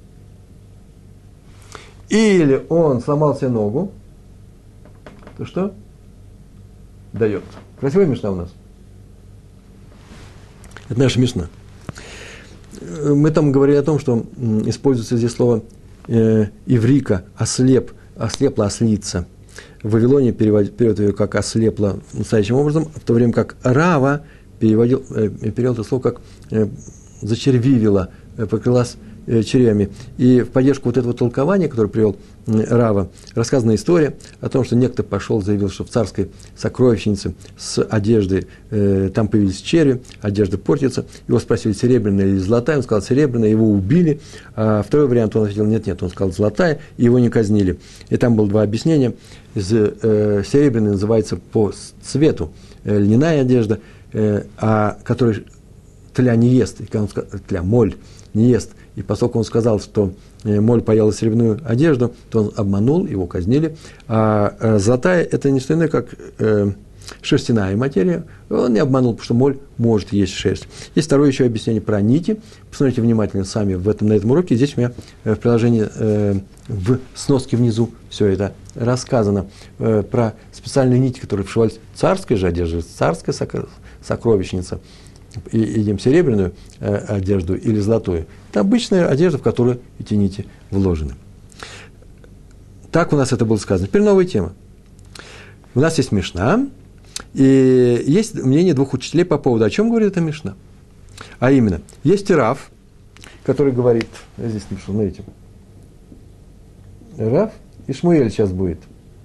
или он сломал себе ногу, то что? Дает. Красивая мишна у нас. Это наша мишна. Мы там говорили о том, что используется здесь слово э, иврика, ослеп, ослепла, ослица. В Вавилоне переводят, переводят ее как ослепла настоящим образом, в то время как Рава переводил, э, перевел это слово как э, зачервивила, э, покрылась э, червями. И в поддержку вот этого толкования, которое привел э, Рава, рассказана история о том, что некто пошел, заявил, что в царской сокровищнице с одеждой э, там появились черви, одежда портится. Его спросили, серебряная или золотая, он сказал, серебряная, его убили. А второй вариант, он ответил, нет, нет, он сказал, золотая, и его не казнили. И там было два объяснения. Из, э, серебряной называется по цвету э, льняная одежда, э, а который тля не ест, и он сказал, тля, моль не ест. И поскольку он сказал, что э, моль поела серебряную одежду, то он обманул, его казнили. А э, золотая – это не что иное, как э, шерстяная материя. Он не обманул, потому что моль может есть шерсть. Есть второе еще объяснение про нити. Посмотрите внимательно сами в этом, на этом уроке. Здесь у меня в приложении э, в сноске внизу все это рассказано э, про специальные нити, которые вшивались в царской же одежде, царская сокровищница, и, идем серебряную э, одежду или золотую. Это обычная одежда, в которую эти нити вложены. Так у нас это было сказано. Теперь новая тема. У нас есть Мишна, и есть мнение двух учителей по поводу, о чем говорит эта Мишна. А именно, есть Рав, который говорит, я здесь напишу, смотрите, Рав и Шмуэль сейчас будет.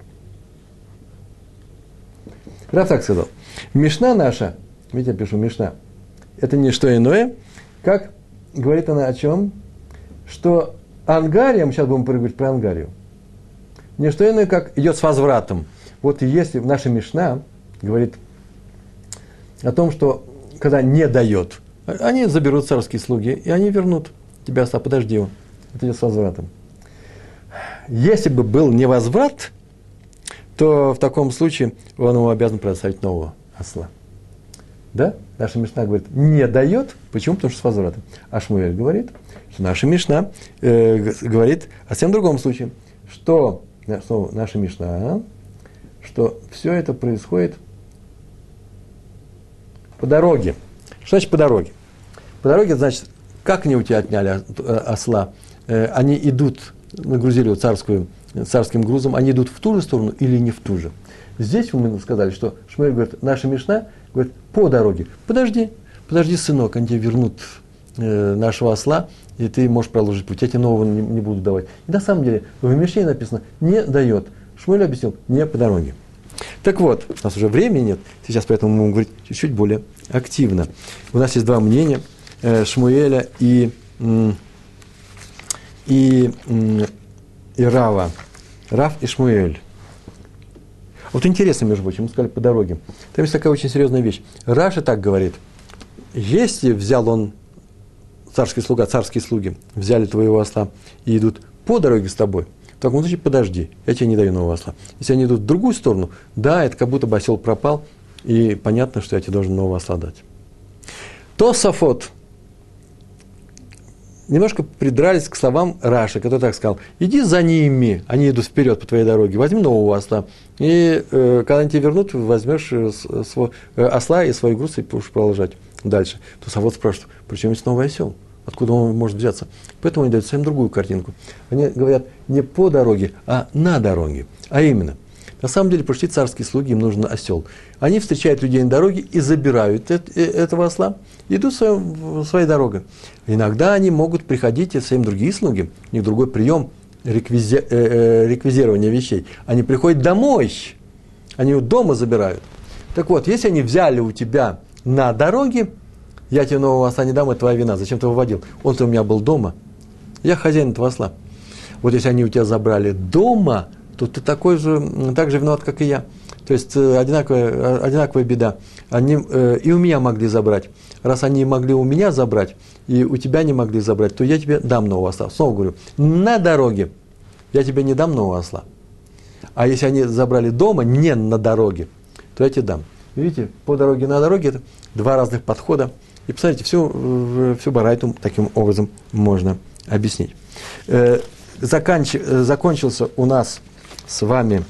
Рав так сказал. Мишна наша, видите, я пишу Мишна, это не что иное, как говорит она о чем? Что ангария, мы сейчас будем говорить про ангарию, не что иное, как идет с возвратом. Вот если наша Мишна говорит о том, что когда не дает, они заберут царские слуги, и они вернут тебя, а подожди его. Это идет с возвратом. если бы был невозврат, то в таком случае он ему обязан предоставить нового осла. Да? Наша Мишна говорит, не дает. Почему? Потому что с возвратом. А Шмуэль говорит, что наша Мишна э, говорит о совсем другом случае, что, что наша Мишна, что все это происходит по дороге. Что значит по дороге? По дороге, значит, как они у тебя отняли осла? Э, они идут, нагрузили его царскую, царским грузом, они идут в ту же сторону или не в ту же? Здесь мы сказали, что Шмуэль говорит, наша Мишна говорит, по дороге. Подожди, подожди, сынок, они тебе вернут э, нашего осла, и ты можешь продолжить путь. Я тебе нового не, не буду давать. И на самом деле в Мишне написано, не дает. Шмуэль объяснил, не по дороге. Так вот, у нас уже времени нет, сейчас поэтому мы будем говорить чуть-чуть более активно. У нас есть два мнения э, Шмуэля и, э, и, э, и Рава. Рав и Шмуэль. Вот интересно, между прочим, мы сказали по дороге. Там есть такая очень серьезная вещь. Раша так говорит, если взял он, царский слуга, царские слуги, взяли твоего осла и идут по дороге с тобой, в таком случае подожди, я тебе не даю нового осла. Если они идут в другую сторону, да, это как будто бы осел пропал, и понятно, что я тебе должен нового осла дать. Тосафот немножко придрались к словам Раши, который так сказал, иди за ними, они идут вперед по твоей дороге, возьми нового осла, и э, когда они тебе вернут, возьмешь свой, э, осла и свой груз и будешь продолжать дальше. Тосафот спрашивает, причем есть новый осел? Откуда он может взяться? Поэтому они дают совсем другую картинку. Они говорят не по дороге, а на дороге. А именно, на самом деле пришли царские слуги, им нужен осел. Они встречают людей на дороге и забирают этого осла, идут своей, своей дорогой. Иногда они могут приходить, и совсем другие слуги, у них другой прием реквизи, э, э, реквизирования вещей. Они приходят домой, они его дома забирают. Так вот, если они взяли у тебя на дороге, я тебе нового осла не дам, это твоя вина. Зачем ты его вводил? Он-то у меня был дома. Я хозяин этого осла. Вот если они у тебя забрали дома, то ты такой же, так же виноват, как и я. То есть одинаковая, одинаковая беда. Они э, и у меня могли забрать. Раз они могли у меня забрать, и у тебя не могли забрать, то я тебе дам нового осла. Снова говорю, на дороге я тебе не дам нового осла. А если они забрали дома, не на дороге, то я тебе дам. Видите, по дороге на дороге это два разных подхода. И посмотрите, всю, всю барайту таким образом можно объяснить. Заканч, закончился у нас с вами,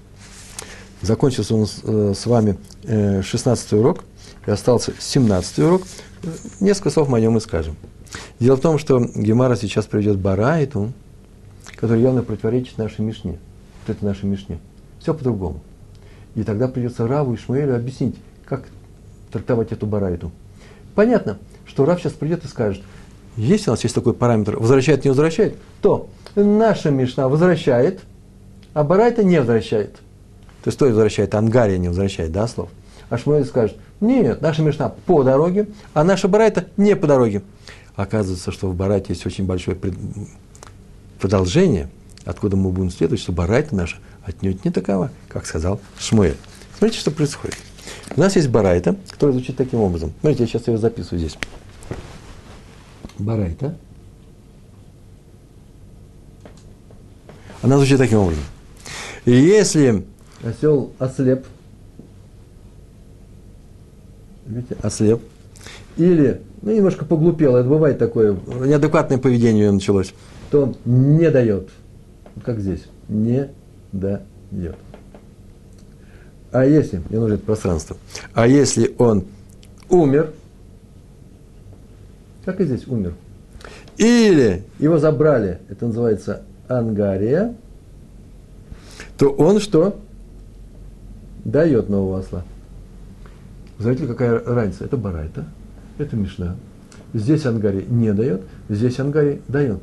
закончился у нас с вами шестнадцатый урок, и остался семнадцатый урок. Несколько слов мы о нем и скажем. Дело в том, что Гемара сейчас приведет барайту, который явно противоречит нашей Мишне. Вот это нашей Мишне. Все по-другому. И тогда придется Раву и Шмуэлю объяснить, как трактовать эту барайту. Понятно, что Рав сейчас придет и скажет, если у нас есть такой параметр, возвращает, не возвращает, то наша Мишна возвращает, а барайта не возвращает. То есть, кто возвращает? Ангария не возвращает, да, слов? А Шмуэль скажет, нет, наша Мишна по дороге, а наша барайта не по дороге. Оказывается, что в барайте есть очень большое продолжение, откуда мы будем следовать, что барайта наша отнюдь не такова, как сказал Шмуэль. Смотрите, что происходит. У нас есть барайта, которая звучит таким образом. Смотрите, я сейчас ее записываю здесь. Барайта. Она звучит таким образом. И если осел ослеп, видите, ослеп, или ну, немножко поглупел, это бывает такое, неадекватное поведение у него началось, то он не дает. Как здесь? Не дает. А если, мне нужно это пространство, а если он умер, как и здесь умер, или его забрали, это называется ангария, то он что? Дает нового осла. Знаете, какая разница? Это барайта, это Мишна. Здесь ангария не дает, здесь ангария дает.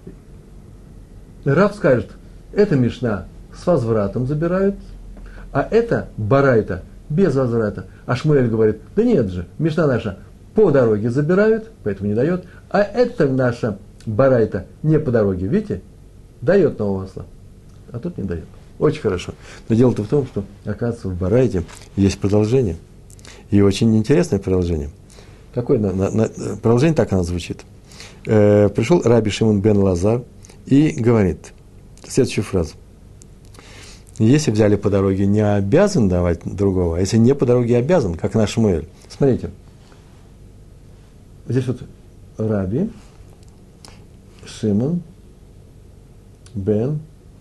Рав скажет, это Мишна с возвратом забирают, а это барайта без возврата. А Шмуэль говорит, да нет же, Мишна наша по дороге забирают, поэтому не дает, а это наша барайта не по дороге, видите, дает нового осла, а тут не дает. Очень хорошо. Но дело-то в том, что, оказывается, в барайте есть продолжение. И очень интересное продолжение. Какое на, на, на, продолжение так оно звучит. Э, пришел Раби Шимон бен Лазар и говорит, следующую фразу. Если взяли по дороге, не обязан давать другого, а если не по дороге, обязан, как наш Шмуэль. Смотрите, здесь вот Раби Шимон бен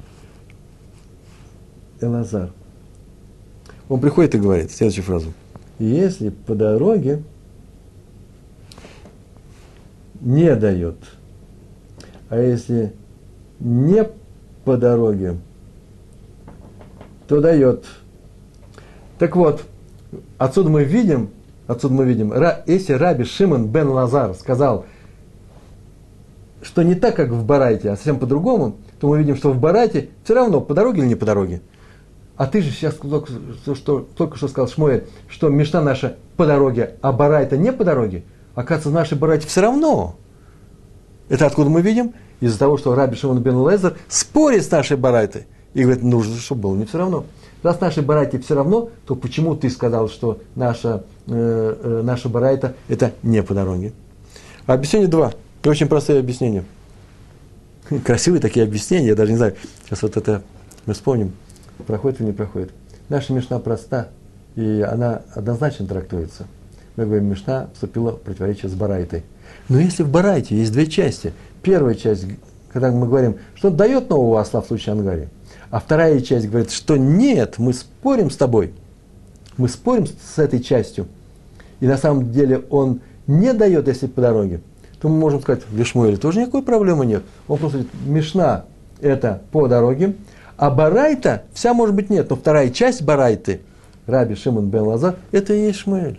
Элазар. Он приходит и говорит следующую фразу. Если по дороге не дает, а если не по дороге, то дает. Так вот, отсюда мы видим, отсюда мы видим, если Раби Шимон бен Лазар сказал, что не так, как в Барайте, а совсем по-другому, то мы видим, что в Барайте все равно, по дороге или не по дороге. А ты же сейчас только что, только что сказал, Шмуэль, что Мишна наша по дороге, а Барайта не по дороге. Оказывается, в нашей Барайте все равно. Это откуда мы видим? Из-за того, что Раби Шимон бен Элазар спорит с нашей Барайтой. И говорит, нужно, чтобы было не все равно. Раз нашей Барайте все равно, то почему ты сказал, что наша, э, э, наша Барайта это не по дороге? А объяснение два. И очень простые объяснения. Красивые такие объяснения, я даже не знаю. Сейчас вот это мы вспомним, проходит или не проходит. Наша Мишна проста, и она однозначно трактуется. Мы говорим, Мишна вступила в противоречие с Барайтой. Но если в Барайте есть две части. Первая часть, когда мы говорим, что дает нового осла в случае ангари. А вторая часть говорит, что нет, мы спорим с тобой. Мы спорим с этой частью. И на самом деле он не дает, если по дороге. То мы можем сказать, в Шмуэле тоже никакой проблемы нет. Он просто говорит, Мишна это по дороге, а Барайта вся может быть нет. Но вторая часть Барайты, Раби Шимон бен Лазар, это и есть Шмуэль.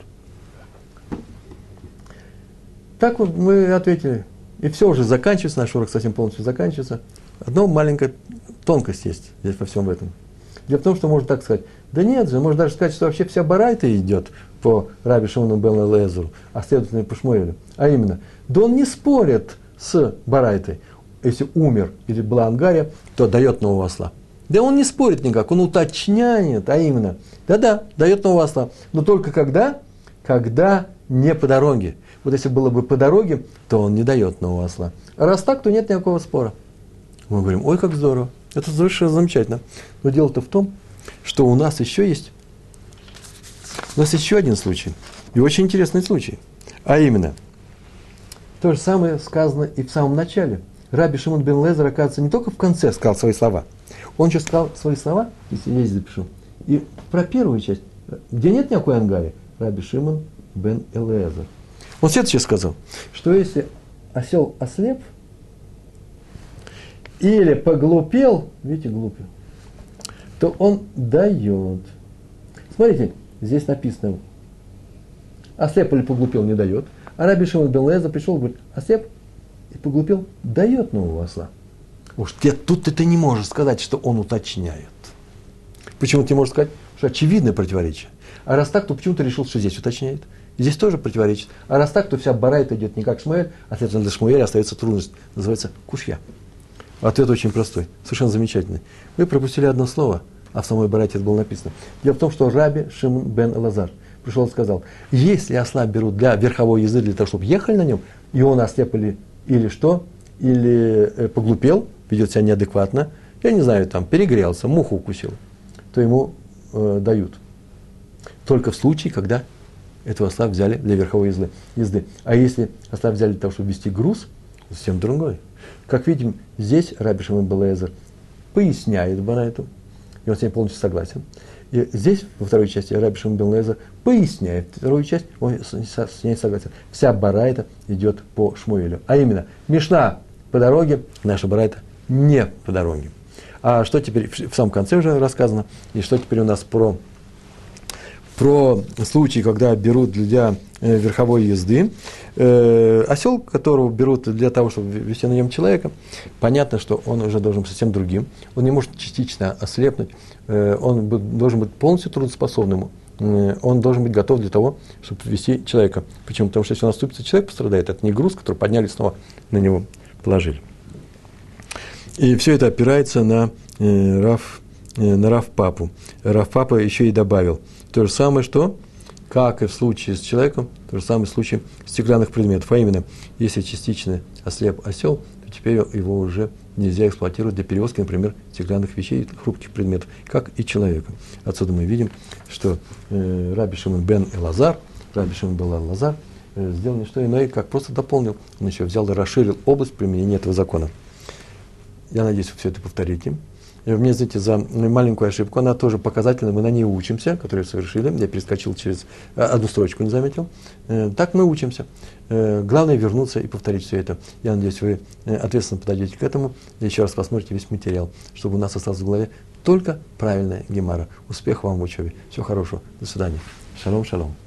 Так вот мы ответили. И все уже заканчивается, наш урок совсем полностью заканчивается. Одна маленькая тонкость есть здесь во всем этом. Дело в том, что можно так сказать, да нет же, можно даже сказать, что вообще вся Барайта идет по Раби Шимону бен Элазару, а следовательно и по Шмуэлю. А именно, да он не спорит с Барайтой. Если умер или была ангария, то дает нового осла. Да он не спорит никак, он уточняет, а именно, да-да, дает нового осла. Но только когда? Когда не по дороге. Вот если было бы по дороге, то он не дает нового осла. А раз так, то нет никакого спора. Мы говорим, ой, как здорово, это совершенно замечательно. Но дело-то в том, что у нас еще есть, у нас еще один случай, и очень интересный случай. А именно, то же самое сказано и в самом начале. Раби Шимон бен Элазар, оказывается, не только в конце сказал свои слова, он еще сказал свои слова, если я здесь запишу, и про первую часть, где нет никакой ангари, Раби Шимон бен Элазар. Он следующее сказал, что если осел ослеп, или поглупел, видите, глупел, то он дает. Смотрите, здесь написано, ослеп или поглупел не дает, а Раби Шимон бен Элазар пришел и говорит, ослеп и поглупел, дает нового осла. Уж тут ты не можешь сказать, что он уточняет. Почему ты можешь сказать, что очевидное противоречие. А раз так, то почему ты решил, что здесь уточняет? И здесь тоже противоречит. А раз так, то вся Барайта идет не как Шмуэль, а следовательно для Шмуэля остается трудность. Называется кушья. Ответ очень простой, совершенно замечательный. Вы пропустили одно слово, а в самой Барайте это было написано. Дело в том, что Раби Шимон бен Элазар пришел и сказал, если осла берут для верховой езды, для того, чтобы ехали на нем, и он ослеп или, или что, или э, поглупел, ведет себя неадекватно, я не знаю, там, перегрелся, муху укусил, то ему э, дают. Только в случае, когда этого осла взяли для верховой езды. езды. А если осла взяли для того, чтобы везти груз, совсем другой. Как видим, здесь Раби Шимон бен Элазар поясняет Барайту, и он с ней полностью согласен. И здесь, во второй части, Раби Шимон бен Элазар поясняет вторую часть, он с ней согласен. Вся Барайта идет по Шмуэлю. А именно, Мишна по дороге, наша Барайта не по дороге. А что теперь, в самом конце уже рассказано, и что теперь у нас про... про случай, когда берут для э, верховой езды, э, осел, которого берут для того, чтобы вести на нем человека, понятно, что он уже должен быть совсем другим, он не может частично ослепнуть, э, он должен быть полностью трудоспособным, э, он должен быть готов для того, чтобы вести человека. Почему? Потому что если он оступится, человек пострадает, это не груз, который подняли, снова на него положили. И все это опирается на э, Рав, э, на Рав Папу. Рав Папа еще и добавил, то же самое, что, как и в случае с человеком, то же самое в случае стеклянных предметов. А именно, если частично ослеп осел, то теперь его уже нельзя эксплуатировать для перевозки, например, стеклянных вещей, хрупких предметов, как и человека. Отсюда мы видим, что э, Раби Шимон бен Элазар, Раби Шимон бен Элазар, э, сделал не что иное, как просто дополнил. Он еще взял и расширил область применения этого закона. Я надеюсь, вы все это повторите. Вы мне знаете за маленькую ошибку, она тоже показательная, мы на ней учимся, которую совершили. Я перескочил через одну строчку, не заметил. Так мы учимся. Главное вернуться и повторить все это. Я надеюсь, вы ответственно подойдете к этому. Еще раз посмотрите весь материал, чтобы у нас осталось в голове только правильная гемара. Успехов вам в учебе. Всего хорошего. До свидания. Шалом, шалом.